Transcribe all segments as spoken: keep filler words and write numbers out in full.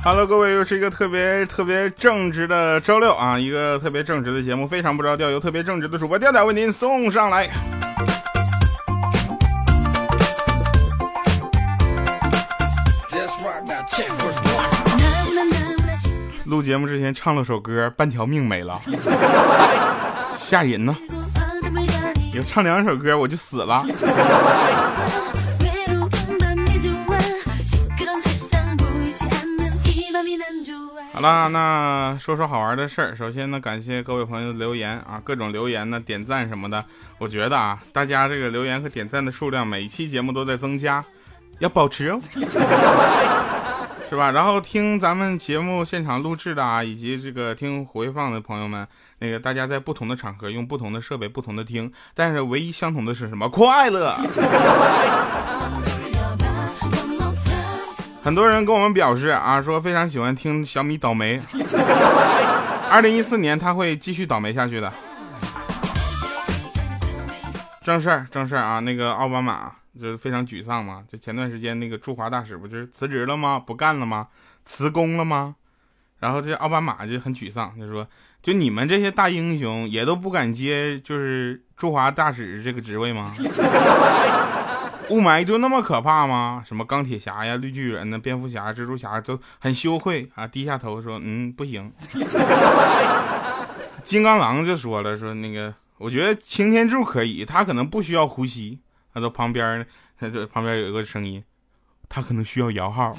Hello， 各位，又是一个特别特别正直的周六啊，一个特别正直的节目，非常不着调，由特别正直的主播调调为您送上来。录节目之前唱了首歌，半条命没了，吓人呢。要唱两首歌我就死了。好了，那说说好玩的事儿。首先呢，感谢各位朋友的留言啊，各种留言呢、点赞什么的。我觉得啊，大家这个留言和点赞的数量，每一期节目都在增加，要保持哦，是吧？然后听咱们节目现场录制的啊，以及这个听回放的朋友们，那个大家在不同的场合用不同的设备不同的听，但是唯一相同的是什么？快乐。很多人跟我们表示啊，说非常喜欢听小米倒霉。二零一四年他会继续倒霉下去的。正事儿，正事儿啊，那个奥巴马就是非常沮丧嘛，就前段时间那个驻华大使不就是辞职了吗？不干了吗？辞工了吗？然后这奥巴马就很沮丧，就说，就你们这些大英雄也都不敢接就是驻华大使这个职位吗？雾霾就那么可怕吗？什么钢铁侠呀、绿巨人呢、蝙蝠侠、蜘蛛侠都很羞愧啊，低下头说，嗯，不行。金刚狼就说了，说那个我觉得擎天柱可以，他可能不需要呼吸。他说旁边他这旁边有一个声音，他可能需要摇号。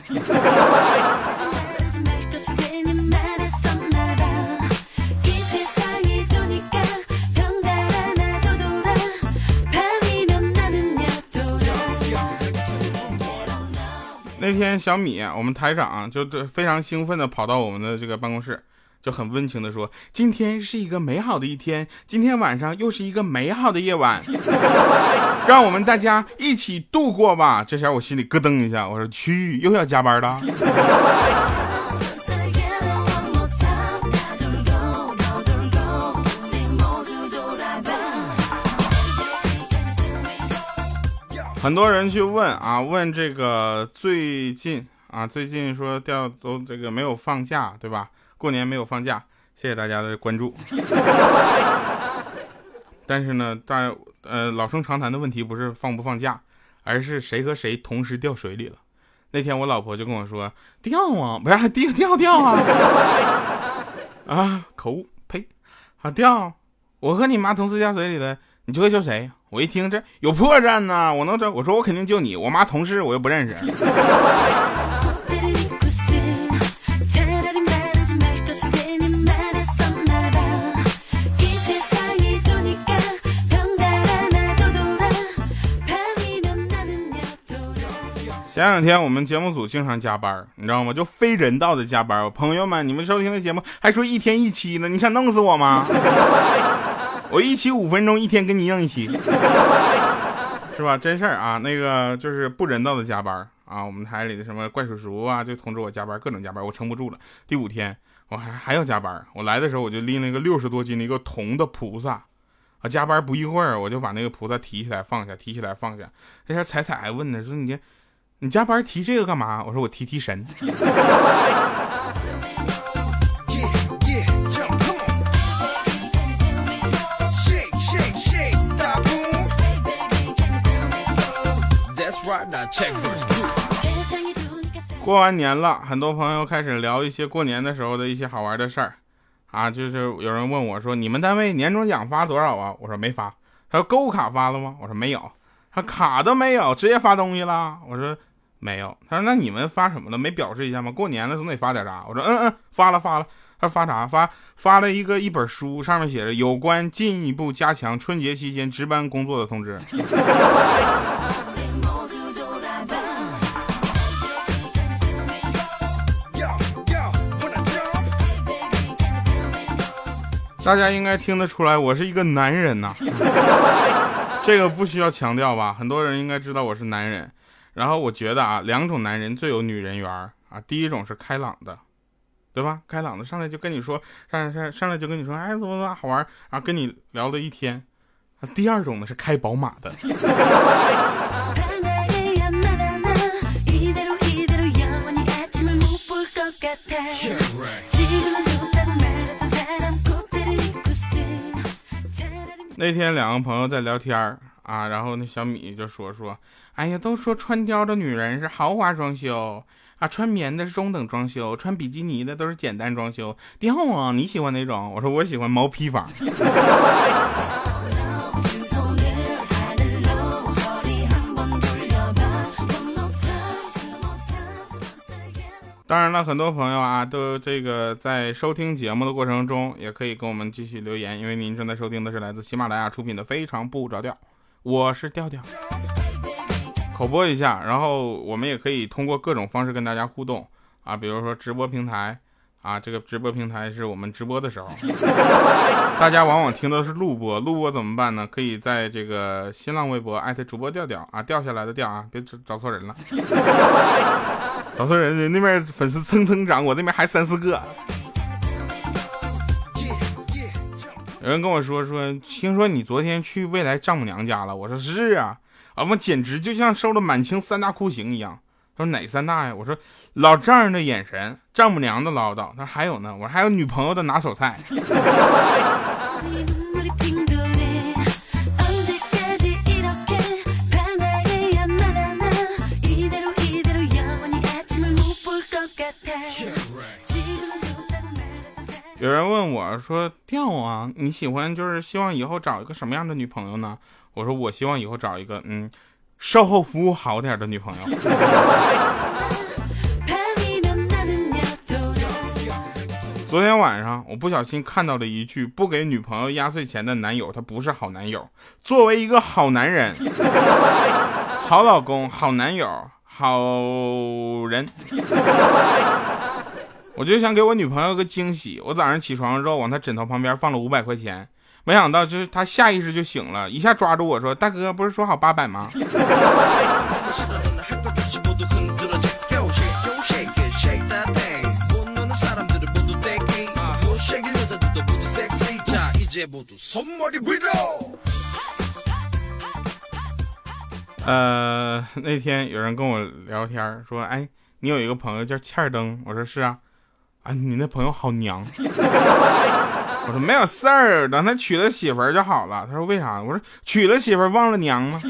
那天小米我们台长就非常兴奋的跑到我们的这个办公室，就很温情的说，今天是一个美好的一天，今天晚上又是一个美好的夜晚，让我们大家一起度过吧。这下我心里咯噔一下，我说去，又要加班了。很多人去问啊，问这个最近啊，最近说调都这个没有放假，对吧？过年没有放假，谢谢大家的关注。但是呢，大呃老生常谈的问题不是放不放假，而是谁和谁同时掉水里了。那天我老婆就跟我说，掉啊，不是掉掉掉啊，啊口误呸啊掉，我和你妈同时掉水里的，你就会救谁？我一听这有破绽呢，我能这我说我肯定救你，我妈同事我又不认识。前两天我们节目组经常加班，你知道吗？就非人道的加班。朋友们，你们收听的节目还说一天一期呢，你想弄死我吗？我一期五分钟，一天跟你硬一期，是吧？真事儿啊，那个就是不人道的加班啊。我们台里的什么怪叔叔啊，就通知我加班，各种加班，我撑不住了。第五天我还还要加班，我来的时候我就拎了一个六十多斤的一个铜的菩萨啊，加班不一会儿我就把那个菩萨提起来放下，提起来放下。那天彩彩还问呢，说你你加班提这个干嘛？我说我提提神。过完年了，很多朋友开始聊一些过年的时候的一些好玩的事儿啊，就是有人问我说，你们单位年终奖发多少啊？我说没发。他说购物卡发了吗？我说没有。他卡都没有，直接发东西了。我说没有。他说那你们发什么了？没表示一下吗？过年了总得发点啥。我说嗯嗯，发了发了。他说发啥？发发了一个一本书，上面写着有关进一步加强春节期间值班工作的通知。大家应该听得出来，我是一个男人呐、啊，这个不需要强调吧？很多人应该知道我是男人。然后我觉得啊，两种男人最有女人缘啊。第一种是开朗的，对吧？开朗的上来就跟你说，上上上来就跟你说，哎，怎么怎么好玩啊，跟你聊了一天。啊，第二种呢是开宝马的。 那天两个朋友在聊天啊，然后那小米就说说，哎呀，都说穿貂的女人是豪华装修啊，穿棉的是中等装修，穿比基尼的都是简单装修。貂啊，你喜欢哪种？我说我喜欢毛坯房。当然了，很多朋友啊，都这个在收听节目的过程中，也可以跟我们继续留言，因为您正在收听的是来自喜马拉雅出品的《非常不着调》，我是调调，口播一下，然后我们也可以通过各种方式跟大家互动啊，比如说直播平台啊，这个直播平台是我们直播的时候，大家往往听的是录播，录播怎么办呢？可以在这个新浪微博艾特主播调调啊，掉下来的调啊，别找错人了。找错人，那边粉丝蹭蹭涨，我这边还三四个。有人跟我说说，听说你昨天去未来丈母娘家了，我说是啊，啊我简直就像受了满清三大酷刑一样。他说哪三大呀？我说老丈人的眼神，丈母娘的唠叨。他说还有呢，我说还有女朋友的拿手菜。有人问我说，调啊，你喜欢就是希望以后找一个什么样的女朋友呢？我说我希望以后找一个嗯售后服务好点的女朋友。昨天晚上我不小心看到了一句，不给女朋友压岁钱的男友他不是好男友。作为一个好男人，好老公，好男友，好人，我就想给我女朋友个惊喜。我早上起床之后往她枕头旁边放了五百块钱，没想到就是她下意识就醒了，一下抓住我说，大哥不是说好八百吗？呃，那天有人跟我聊天说，哎，你有一个朋友叫欠儿登，我说是啊。啊，你那朋友好娘。我说没有事儿，等他娶了媳妇儿就好了。他说为啥？我说娶了媳妇儿忘了娘吗？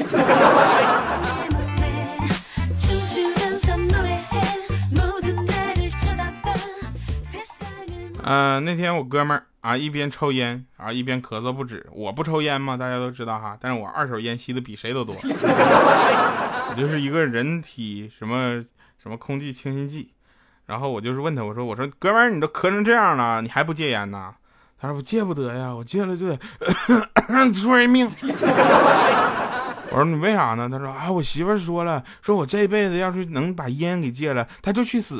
呃，那天我哥们儿啊，一边抽烟啊，一边咳嗽不止。我不抽烟嘛，大家都知道哈，但是我二手烟吸的比谁都多。我就是一个人体什么什么空气清新剂。然后我就是问他，我说我说哥们儿，你都咳成这样了，你还不戒烟呢？他说我戒不得呀，我戒了就得出人命。我说你为啥呢？他说啊，我媳妇儿说了，说我这辈子要是能把烟给戒了，他就去死。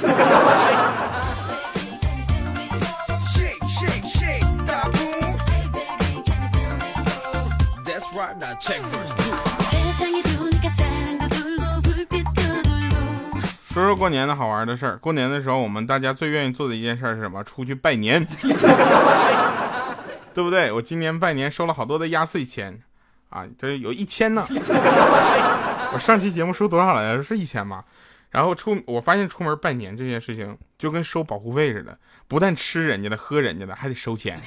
说说过年的好玩的事儿。过年的时候，我们大家最愿意做的一件事是什么？出去拜年，对不对？我今年拜年收了好多的压岁钱啊，这有一千呢。我上期节目收多少来着？是一千吗？然后出，我发现出门拜年这件事情就跟收保护费似的，不但吃人家的、喝人家的，还得收钱。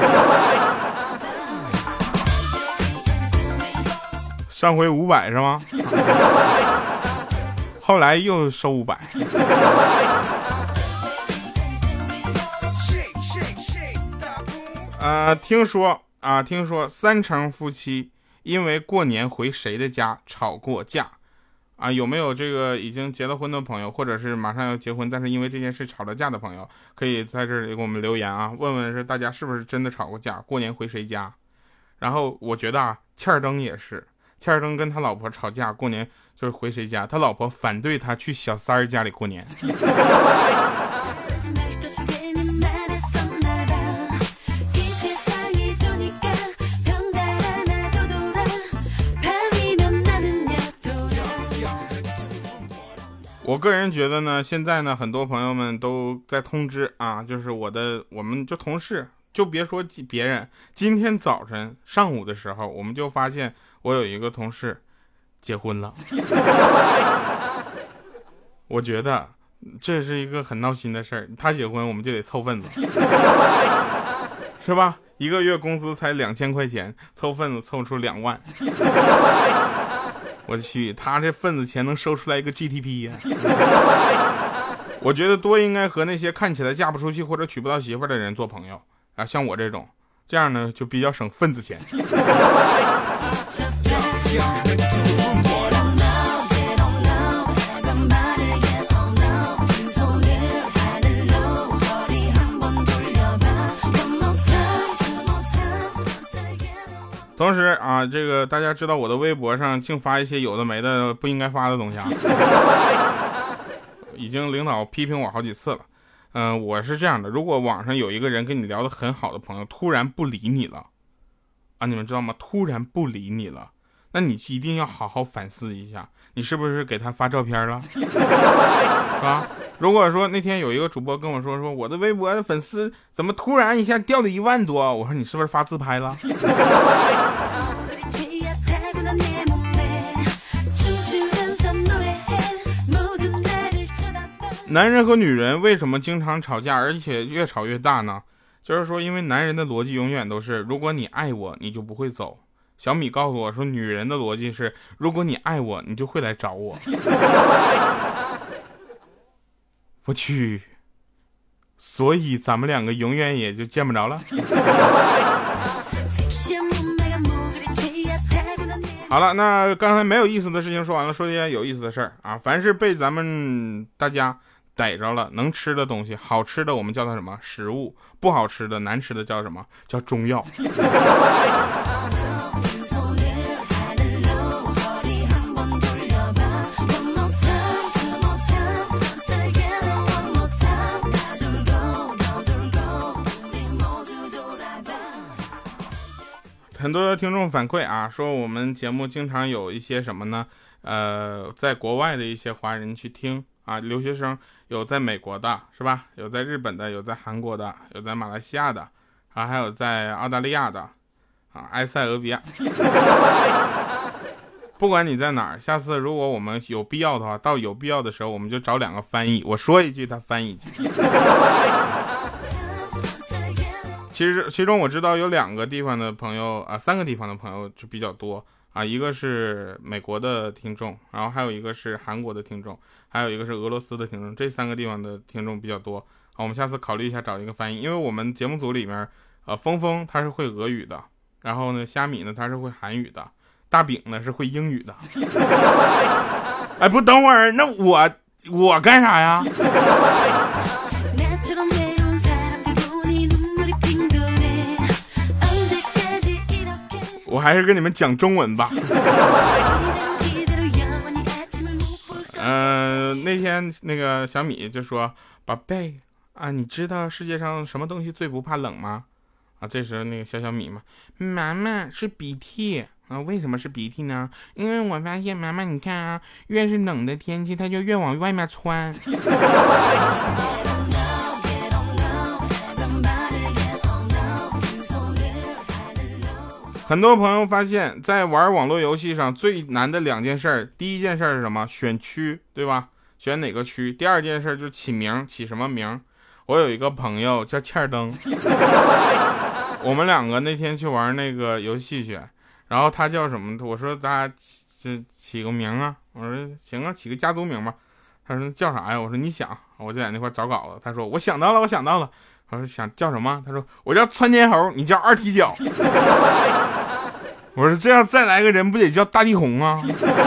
上回五百是吗？后来又收五百。呃，听说啊，听说三成夫妻因为过年回谁的家吵过架啊？有没有这个已经结了婚的朋友，或者是马上要结婚，但是因为这件事吵了架的朋友，可以在这里给我们留言啊，问问是大家是不是真的吵过架，过年回谁家？然后我觉得啊，欠儿登也是。欠儿登跟他老婆吵架，过年就是回谁家，他老婆反对他去小三儿家里过年。我个人觉得呢，现在呢，很多朋友们都在通知啊，就是我的，我们就同事，就别说别人，今天早晨上午的时候，我们就发现我有一个同事结婚了。我觉得这是一个很闹心的事儿。他结婚我们就得凑份子，是吧？一个月工资才两千块钱，凑份子凑出两万。我去，他这份子钱能收出来一个 G D P 呀、啊！我觉得多应该和那些看起来嫁不出去或者娶不到媳妇的人做朋友啊，像我这种，这样呢就比较省份子钱。同时啊，这个大家知道我的微博上净发一些有的没的不应该发的东西啊，已经领导批评我好几次了。嗯、呃，我是这样的，如果网上有一个人跟你聊得很好的朋友突然不理你了啊，你们知道吗？突然不理你了，那你一定要好好反思一下，你是不是给他发照片了？是吧？如果说那天有一个主播跟我说说我的微博的粉丝怎么突然一下掉了一万多，我说你是不是发自拍了？男人和女人为什么经常吵架，而且越吵越大呢？就是说因为男人的逻辑永远都是如果你爱我你就不会走。小米告诉我说女人的逻辑是如果你爱我你就会来找我。我去，所以咱们两个永远也就见不着了。好了，那刚才没有意思的事情说完了，说些有意思的事儿啊。凡是被咱们大家逮着了能吃的东西，好吃的我们叫它什么食物，不好吃的难吃的叫什么叫中药。很多听众反馈啊，说我们节目经常有一些什么呢？呃，在国外的一些华人去听啊，留学生有在美国的，是吧？有在日本的，有在韩国的，有在马来西亚的，啊，还有在澳大利亚的，啊，埃塞俄比亚。不管你在哪儿，下次如果我们有必要的话，到有必要的时候，我们就找两个翻译，我说一句，他翻译一句。其实其中我知道有两个地方的朋友啊，三个地方的朋友就比较多啊，一个是美国的听众，然后还有一个是韩国的听众，还有一个是俄罗斯的听众，这三个地方的听众比较多啊。我们下次考虑一下找一个翻译，因为我们节目组里面，呃，峰峰他是会俄语的，然后呢，虾米呢他是会韩语的，大饼呢是会英语的。哎，不，等会儿，那我我干啥呀？我还是跟你们讲中文吧。嗯、呃，那天那个小米就说：“宝贝啊，你知道世界上什么东西最不怕冷吗？”啊，这时候那个小小米嘛，妈妈是鼻涕啊，为什么是鼻涕呢？因为我发现妈妈，你看啊，越是冷的天气，它就越往外面窜。很多朋友发现在玩网络游戏上最难的两件事，第一件事是什么？选区，对吧？选哪个区？第二件事就是起名，起什么名？我有一个朋友叫欠儿灯，我们两个那天去玩那个游戏去，然后他叫什么？我说咱俩起起个名啊，我说行啊，起个家族名吧。他说叫啥呀？我说你想，我就在那块找稿子。他说我想到了，我想到了。我说想叫什么？他说我叫窜天猴，你叫二踢脚。我说这样再来个人不得叫大地红啊？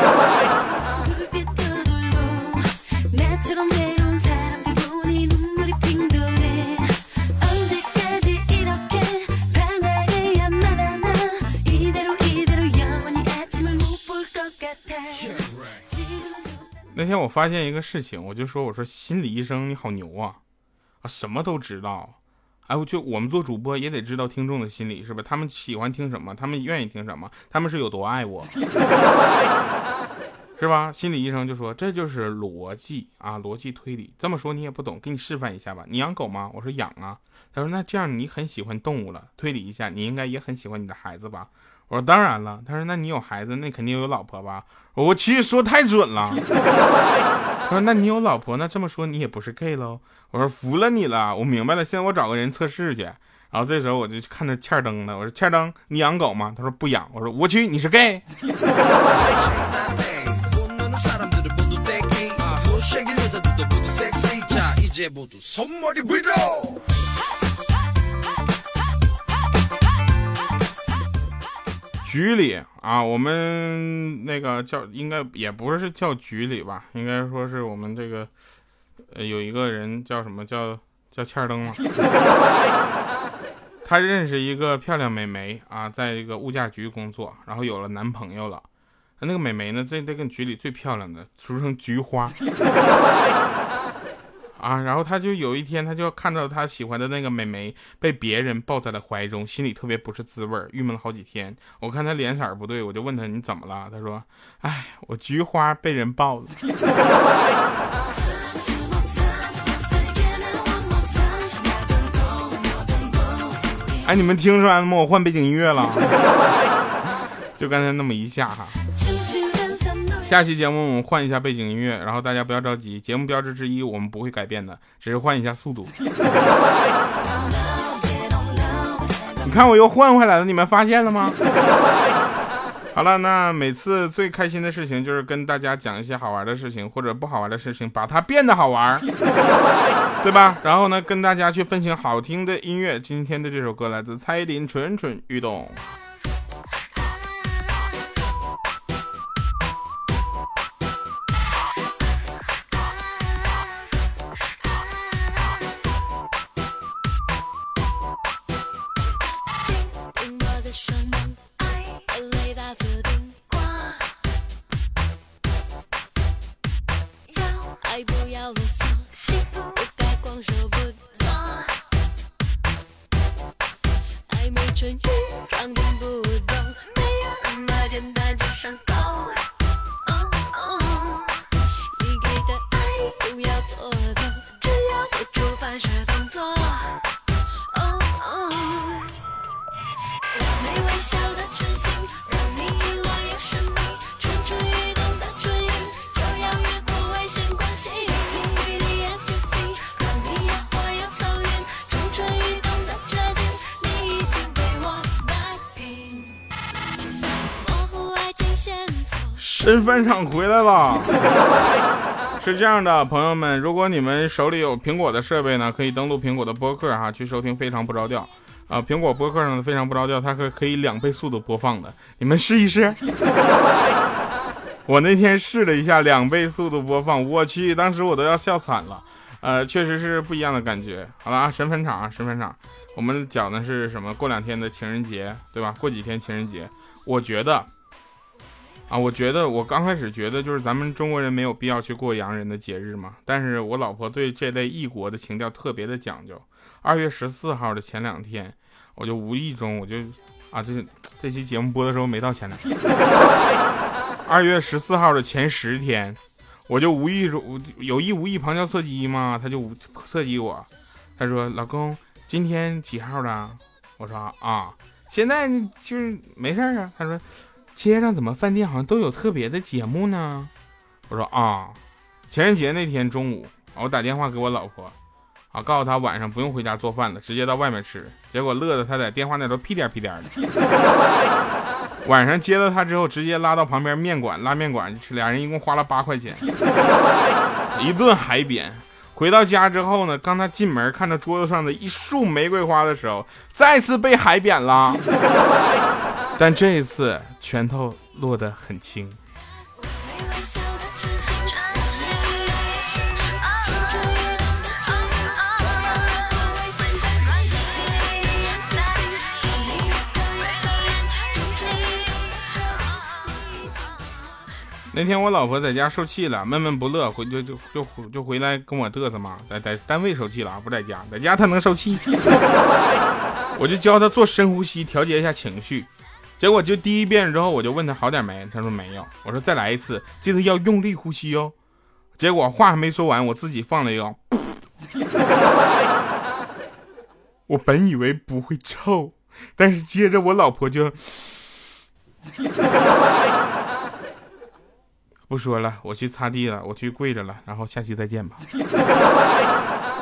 那天我发现一个事情，我就说我说心理医生你好牛啊，啊什么都知道。哎，我就我们做主播也得知道听众的心理，是吧？他们喜欢听什么，他们愿意听什么，他们是有多爱我，是吧？心理医生就说这就是逻辑啊，逻辑推理。这么说你也不懂，给你示范一下吧。你养狗吗？我说养啊。他说那这样你很喜欢动物了，推理一下，你应该也很喜欢你的孩子吧？ 我说当然了。他说那你有孩子，那肯定有老婆吧？我其实说太准了。他说那你有老婆，那这么说你也不是 gay 喽？我说服了你了，我明白了，现在我找个人测试去。然后这时候我就看着欠灯了，我说欠灯你养狗吗？他说不养。我说我去，你是 gay？ 局里啊，我们那个叫应该也不是叫局里吧，应该说是我们这个呃有一个人叫什么叫叫欠灯嘛。他认识一个漂亮美眉啊，在这个物价局工作，然后有了男朋友了。那个美眉呢，在这个局里最漂亮的，俗称菊花。啊，然后他就有一天，他就看到他喜欢的那个美眉被别人抱在了怀中，心里特别不是滋味，郁闷了好几天。我看他脸色不对，我就问他你怎么了？他说：“哎，我菊花被人抱了。”哎，你们听出来了吗？我换背景音乐了，就刚才那么一下哈。下期节目我们换一下背景音乐，然后大家不要着急，节目标志之一我们不会改变的，只是换一下速度。你看我又换回来了，你们发现了吗？好了，那每次最开心的事情就是跟大家讲一些好玩的事情，或者不好玩的事情，把它变得好玩，对吧？然后呢，跟大家去分享好听的音乐。今天的这首歌来自蔡依林《蠢蠢欲动》。申饭场回来了。是这样的，朋友们，如果你们手里有苹果的设备呢，可以登录苹果的播客哈，去收听非常不着调啊、呃。苹果播客上的非常不着调，它可可以两倍速度播放的，你们试一试。我那天试了一下两倍速度播放，我去，当时我都要笑惨了。呃，确实是不一样的感觉。好了啊，神粉场啊，神粉场，我们讲的是什么？过两天的情人节，对吧？过几天情人节，我觉得。啊，我觉得我刚开始觉得就是咱们中国人没有必要去过洋人的节日嘛，但是我老婆对这类异国的情调特别的讲究。二月十四号的前两天，我就无意中我就啊，这这期节目播的时候没到前两天。二月十四号的前十天，我就无意中有意无意旁敲侧击嘛，他就侧击我，他说老公今天几号的？我说啊，现在就是没事啊。他说。街上怎么饭店好像都有特别的节目呢？我说啊，情人节那天中午，我打电话给我老婆，啊，告诉她晚上不用回家做饭了，直接到外面吃。结果乐得她在电话那头屁颠屁颠的。晚上接到她之后，直接拉到旁边面馆拉面馆吃，俩人一共花了八块钱，一顿海扁。回到家之后呢，当他进门看到桌子上的一束玫瑰花的时候，再次被海扁了。但这一次拳头落得很轻。那天我老婆在家受气了，闷闷不乐，回就就就就回来跟我嘚瑟嘛，在在单位受气了，不在家，在家她能受气。我就教她做深呼吸，调节一下情绪。结果就第一遍之后，我就问她好点没，她说没有。我说再来一次，记得要用力呼吸哦。结果话还没说完，我自己放了一个。我本以为不会臭，但是接着我老婆就不说了，我去擦地了，我去跪着了，然后下期再见吧。